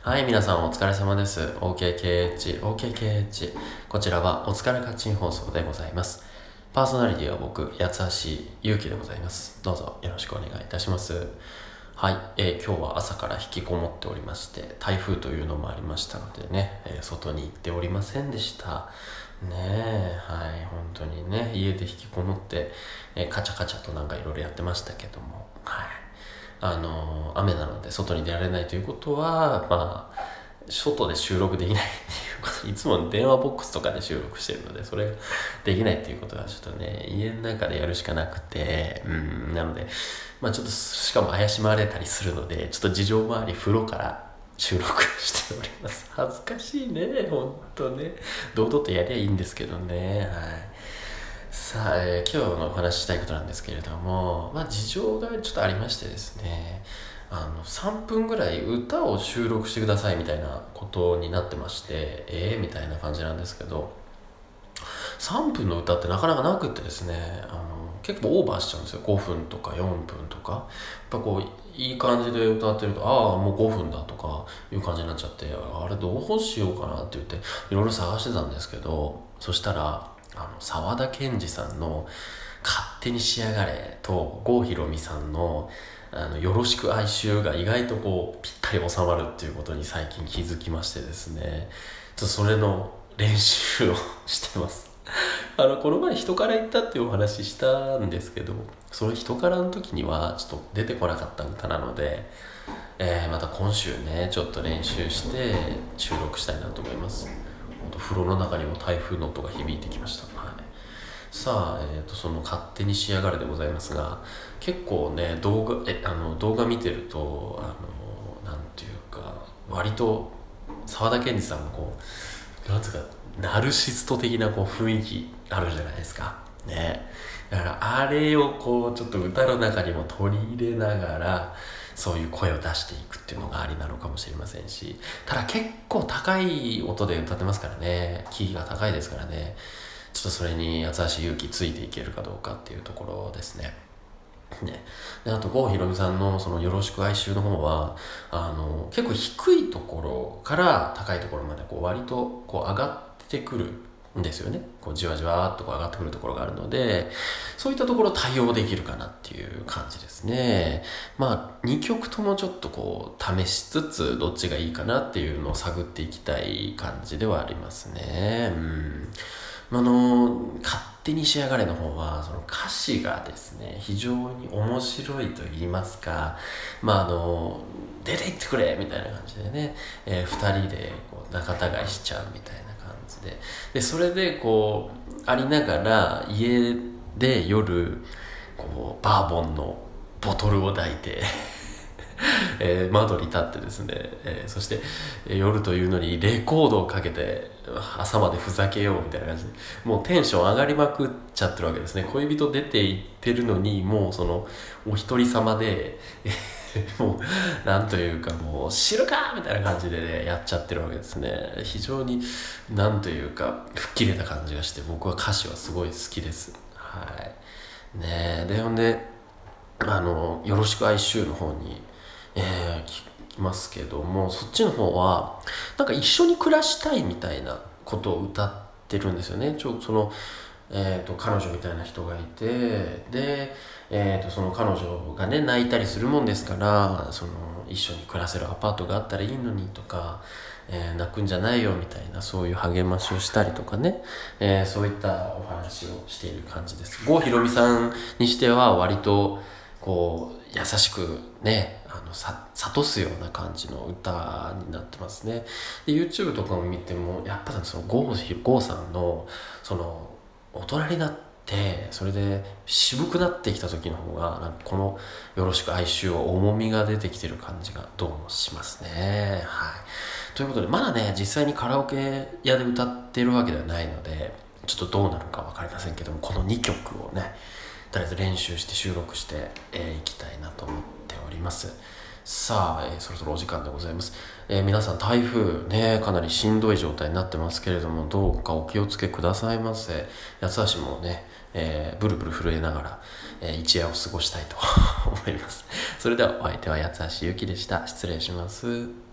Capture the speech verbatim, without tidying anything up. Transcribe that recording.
はい、皆さんお疲れ様です。オーケーケーエイチ、オーケーケーエイチ。こちらはお疲れカッチン放送でございます。パーソナリティは僕、八橋ゆうきでございます。どうぞよろしくお願いいたします。はい、えー、今日は朝から引きこもっておりまして、台風というのもありましたのでね、えー、外に行っておりませんでした。ねえ、はい、本当にね、家で引きこもって、えー、カチャカチャとなんかいろいろやってましたけども、はい。あの雨なので外に出られないということは、まあ、外で収録できないっていうこと、いつも電話ボックスとかで収録してるので、それができないっていうことがちょっとね、家の中でやるしかなくて、うん、なので、まあちょっと、しかも怪しまれたりするので、ちょっと事情もあり、風呂から収録しております。恥ずかしいね、ほんとね。堂々とやりゃいいんですけどね、はい。さあ、えー今日のお話ししたいことなんですけれども、まあ事情がちょっとありましてですね、あのさんぷんぐらい歌を収録してくださいみたいなことになってまして、ええー、みたいな感じなんですけど、さんぷんの歌ってなかなかなくってですね、あの結構オーバーしちゃうんですよ。ごふんとかよんぷんとか、やっぱこういい感じで歌ってると、ああもうごふんだとかいう感じになっちゃって、あれどうしようかなって言っていろいろ探してたんですけど、そしたらあの沢田研二さんの勝手に仕上がれと郷ひろみさんのあのよろしく哀愁が意外とこうぴったり収まるっていうことに最近気づきましてですね、ちょっとそれの練習をしてます。あのこの前人から言ったっていうお話したんですけど、その人からの時にはちょっと出てこなかった歌なので、えーまた今週ねちょっと練習して収録したいなと思います。ほんと風呂の中にも台風の音が響いてきました。はい。さあ、えー、とその勝手に仕上がれでございますが、結構ね動画えあの動画見てると、あのなんていうか割と沢田研二さんもこうなんつうかナルシスト的なこう雰囲気あるじゃないですかね。だからあれをこうちょっと歌の中にも取り入れながらそういう声を出していくっていうのがありなのかもしれませんし、ただ結構高い音で歌ってますからね、キーが高いですからね、ちょっとそれに八橋勇気ついていけるかどうかっていうところですね。ね、であと郷ひろみさんのそのよろしく哀愁の方はあの結構低いところから高いところまでこう割とこう上がってくるんですよね。こうじわじわっとこう上がってくるところがあるので、そういったところ対応できるかなっていう感じですね。まあにきょくともちょっとこう試しつつどっちがいいかなっていうのを探っていきたい感じではありますね。うんあの勝手に仕上がれの方はその歌詞がですね非常に面白いと言いますか、まああの出て行ってくれみたいな感じでね、えー、ふたりでこう仲違いしちゃうみたいな感じで、でそれでこうありながら家で夜こうバーボンのボトルを抱いてえー、窓に立ってですね、えー、そして、えー夜というのにレコードをかけて朝までふざけようみたいな感じで、もうテンション上がりまくっちゃってるわけですね。恋人出て行ってるのにもうそのお一人様で、えーもうなんというかもう知るかみたいな感じで、ね、やっちゃってるわけですね。非常になんというか吹っ切れた感じがして、僕は歌詞はすごい好きです。はいね。えでほんであのよろしく哀愁の方にえー、聞きますけども、そっちの方はなんか一緒に暮らしたいみたいなことを歌ってるんですよね。ちょその、えー、と彼女みたいな人がいて、で、えー、とその彼女がね泣いたりするもんですから、その一緒に暮らせるアパートがあったらいいのにとか、えー泣くんじゃないよみたいなそういう励ましをしたりとかね、えーそういったお話をしている感じです。郷ひろみさんにしては割とこう優しくね、あのさ諭すような感じの歌になってますね。で YouTube とかも見てもやっぱその郷ひ郷さんのその大人になってそれで渋くなってきた時の方がなんかこのよろしく哀愁を重みが出てきてる感じがどうもしますね。はい。ということでまだね実際にカラオケ屋で歌ってるわけではないのでちょっとどうなるか分かりませんけども、このにきょくをねとりあえず練習して収録してい、えー、きたいなと思っております。さあ、えー、そろそろお時間でございます。えー皆さん台風ねかなりしんどい状態になってますけれども、どうかお気をつけくださいませ。八つ橋もね、えーブルブル震えながら、えー一夜を過ごしたいと思います。それではお相手は八つ橋ゆきでした。失礼します。